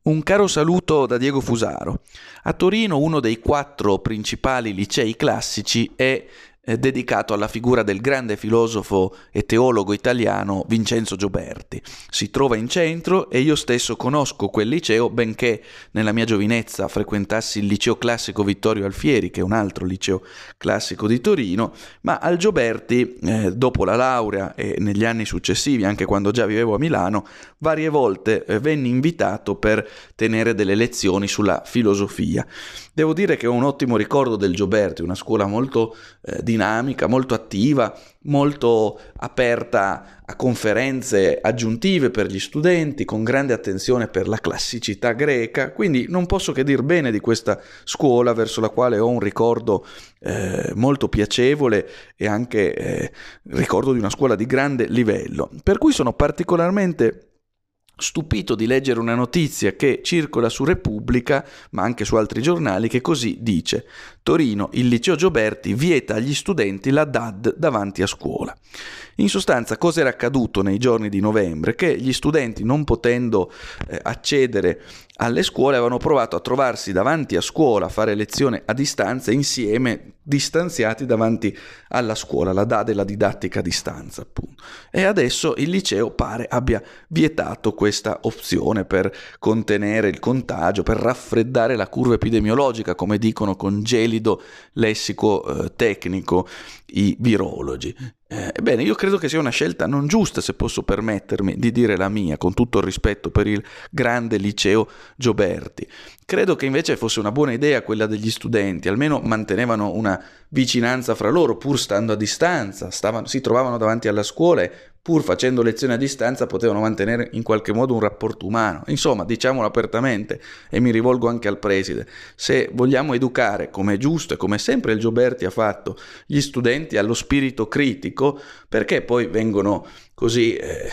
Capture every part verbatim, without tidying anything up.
Un caro saluto da Diego Fusaro. A Torino uno dei quattro principali licei classici è eh, dedicato alla figura del grande filosofo e teologo italiano Vincenzo Gioberti. Si trova in centro e io stesso conosco quel liceo, benché nella mia giovinezza frequentassi il liceo classico Vittorio Alfieri, che è un altro liceo classico di Torino, ma al Gioberti, eh, dopo la laurea e negli anni successivi, anche quando già vivevo a Milano, varie volte eh, venni invitato per tenere delle lezioni sulla filosofia. Devo dire che ho un ottimo ricordo del Gioberti, una scuola molto eh, dinamica, molto attiva, molto aperta a conferenze aggiuntive per gli studenti, con grande attenzione per la classicità greca, quindi non posso che dir bene di questa scuola verso la quale ho un ricordo eh, molto piacevole e anche eh, ricordo di una scuola di grande livello, per cui sono particolarmente stupito di leggere una notizia che circola su Repubblica, ma anche su altri giornali, che così dice: Torino, il liceo Gioberti vieta agli studenti la D A D davanti a scuola. In sostanza, cosa era accaduto nei giorni di novembre? Che gli studenti, non potendo eh, accedere alle scuole, avevano provato a trovarsi davanti a scuola, a fare lezione a distanza, insieme, distanziati davanti alla scuola, la D A D è la didattica a distanza, appunto. E adesso il liceo pare abbia vietato questa opzione per contenere il contagio, per raffreddare la curva epidemiologica, come dicono con gelido lessico eh, tecnico i virologi. Eh, ebbene, io credo che sia una scelta non giusta, se posso permettermi di dire la mia, con tutto il rispetto per il grande liceo Gioberti. Credo che invece fosse una buona idea quella degli studenti, almeno mantenevano una vicinanza fra loro, pur stando a distanza, stavano, si trovavano davanti alla scuola e pur facendo lezioni a distanza potevano mantenere in qualche modo un rapporto umano. Insomma, diciamolo apertamente, e mi rivolgo anche al preside, se vogliamo educare, come è giusto e come sempre il Gioberti ha fatto, gli studenti allo spirito critico, perché poi vengono così eh,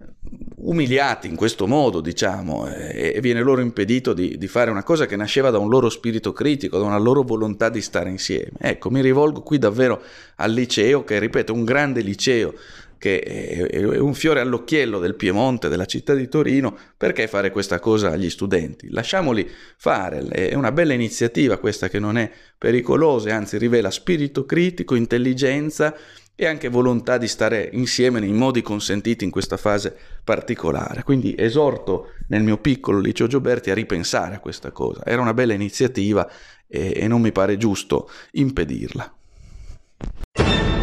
umiliati in questo modo, diciamo, eh, e viene loro impedito di, di fare una cosa che nasceva da un loro spirito critico, da una loro volontà di stare insieme. Ecco, mi rivolgo qui davvero al liceo, che ripeto, è un grande liceo, che è un fiore all'occhiello del Piemonte, della città di Torino. Perché fare questa cosa agli studenti? Lasciamoli fare, è una bella iniziativa questa, che non è pericolosa, anzi rivela spirito critico, intelligenza e anche volontà di stare insieme nei modi consentiti in questa fase particolare. Quindi esorto nel mio piccolo liceo Gioberti a ripensare a questa cosa. Era una bella iniziativa e, e non mi pare giusto impedirla.